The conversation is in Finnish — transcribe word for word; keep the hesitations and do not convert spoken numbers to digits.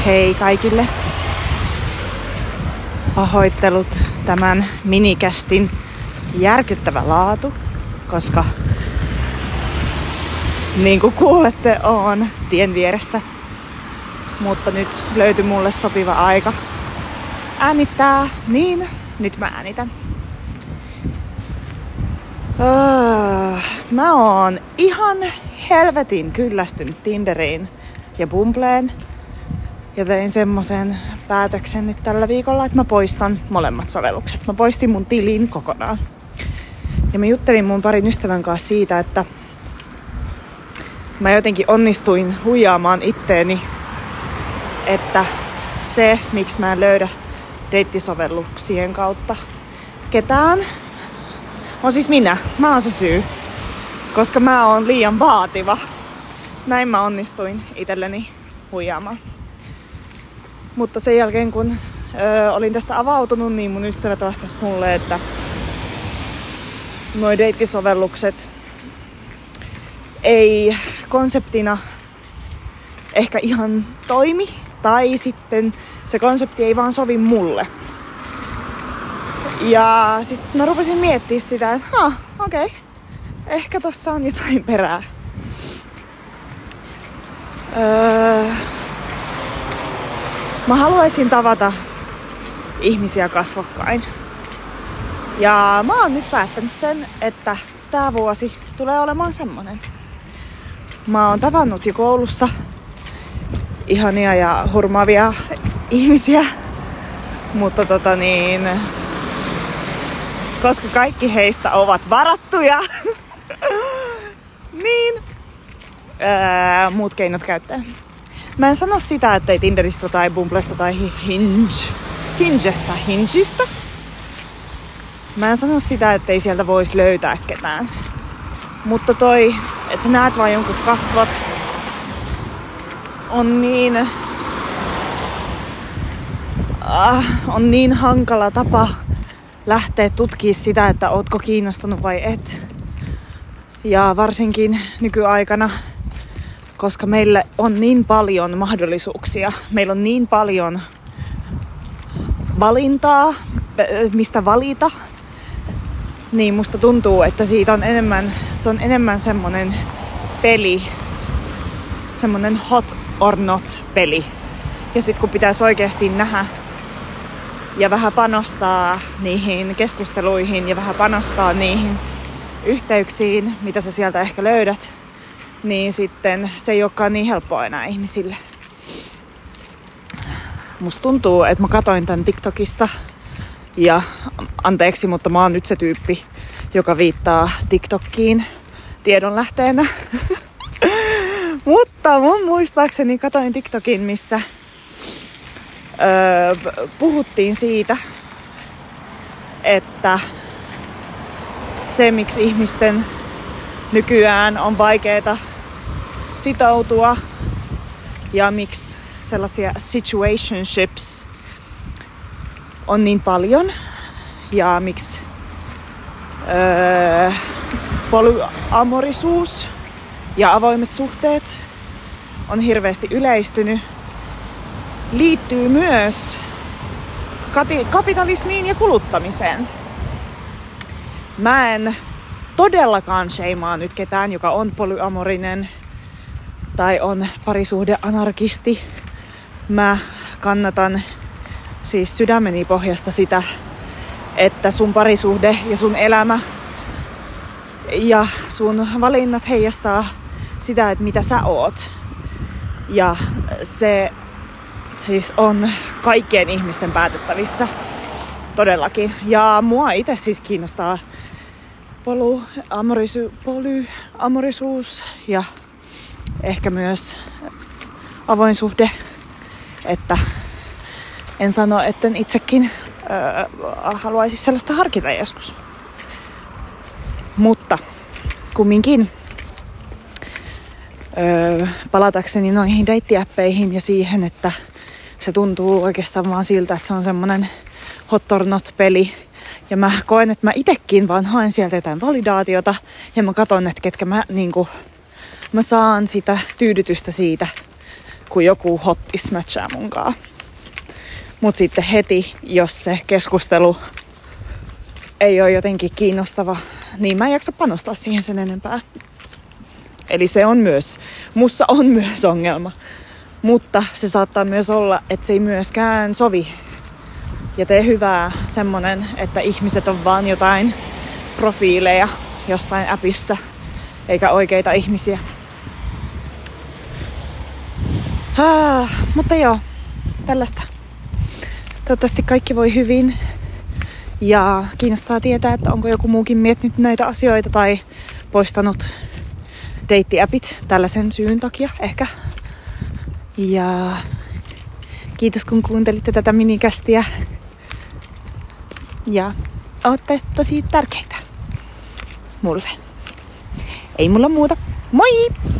Hei kaikille. Pahoittelut tämän minikästin järkyttävä laatu, koska niin kuin kuulette, oon tien vieressä. Mutta nyt löytyi mulle sopiva aika äänittää, niin nyt mä äänitän. Öö, mä oon ihan helvetin kyllästynyt Tinderiin ja Bumbleen. Ja tein semmosen päätöksen nyt tällä viikolla, että mä poistan molemmat sovellukset. Mä poistin mun tilin kokonaan. Ja mä juttelin mun parin ystävän kanssa siitä, että mä jotenkin onnistuin huijaamaan itteeni, että se, miksi mä en löydä deittisovelluksien kautta ketään, on siis minä. Mä oon se syy. Koska mä oon liian vaativa. Näin mä onnistuin itselleni huijaamaan. Mutta sen jälkeen kun ö, olin tästä avautunut, niin mun ystävät vastas mulle, että noi deittisovellukset ei konseptina ehkä ihan toimi. Tai sitten se konsepti ei vaan sovi mulle. Ja sit mä rupesin miettimään sitä, että ha, okei, okay, ehkä tossa on jotain perää. Öö, mä haluaisin tavata ihmisiä kasvokkain. Ja mä oon nyt päättänyt sen, että tää vuosi tulee olemaan semmonen. Mä oon tavannut jo koulussa ihania ja hurmaavia ihmisiä. Mutta tota niin, koska kaikki heistä ovat varattuja, niin ää, muut keinot käyttää. Mä en sano sitä, ettei Tinderistä tai Bumblesta tai Hinge, Hingesta, Hingista. Mä en sano sitä, ettei sieltä voisi löytää ketään. Mutta toi, että sä näet vaan jonkun kasvot, on niin, äh, on niin hankala tapa lähteä tutkimaan sitä, että ootko kiinnostunut vai et. Ja varsinkin nykyaikana, koska meillä on niin paljon mahdollisuuksia, meillä on niin paljon valintaa, mistä valita, niin musta tuntuu, että siitä on enemmän, se on enemmän semmonen peli, semmonen hot or not peli. Ja sit kun pitäisi oikeasti nähdä ja vähän panostaa niihin keskusteluihin ja vähän panostaa niihin yhteyksiin, mitä sä sieltä ehkä löydät, niin sitten se ei olekaan niin helppoa enää ihmisille. Musta tuntuu, että mä katoin tän TikTokista ja anteeksi, mutta mä oon nyt se tyyppi, joka viittaa TikTokiin tiedonlähteenä. Mutta mun muistaakseni katoin TikTokin, missä öö, puhuttiin siitä, että se, miksi ihmisten nykyään on vaikeaa sitoutua ja miksi sellaisia situationships on niin paljon ja miksi öö, polyamorisuus ja avoimet suhteet on hirveästi yleistynyt, liittyy myös kapitalismiin ja kuluttamiseen. Mä en todellakaan sheimaa nyt ketään, joka on polyamorinen tai on parisuhdeanarkisti. Mä kannatan siis sydämeni pohjasta sitä, että sun parisuhde ja sun elämä ja sun valinnat heijastaa sitä, että mitä sä oot. Ja se siis on kaikkien ihmisten päätettävissä. Todellakin. Ja mua itse siis kiinnostaa polyamorisu- polyamorisuus ja ehkä myös avoin suhde. Että en sano, etten itsekin öö, haluaisi sellaista harkita joskus. Mutta kumminkin öö, palatakseni noihin deittiäppeihin ja siihen, että se tuntuu oikeastaan vaan siltä, että se on semmonen hot or not -peli. Ja mä koen, että mä itekin vaan haen sieltä jotain validaatiota ja mä katon, että ketkä mä, niinku, mä saan sitä tyydytystä siitä, kun joku hottis matchaa munkaan. Mut sitten heti, jos se keskustelu ei ole jotenkin kiinnostava, niin mä en jaksa panostaa siihen sen enempää. Eli se on myös, mussa on myös ongelma. Mutta se saattaa myös olla, että se ei myöskään sovi. Ja tee hyvää semmonen, että ihmiset on vaan jotain profiileja jossain appissa, eikä oikeita ihmisiä. Ah, mutta joo, tällaista. Toivottavasti kaikki voi hyvin. Ja kiinnostaa tietää, että onko joku muukin miettinyt näitä asioita tai poistanut deittiäpit tällaisen syyn takia ehkä. Ja kiitos kun kuuntelitte tätä minikästiä. Ja ootte tosi tärkeitä mulle. Ei mulla muuta. Moi!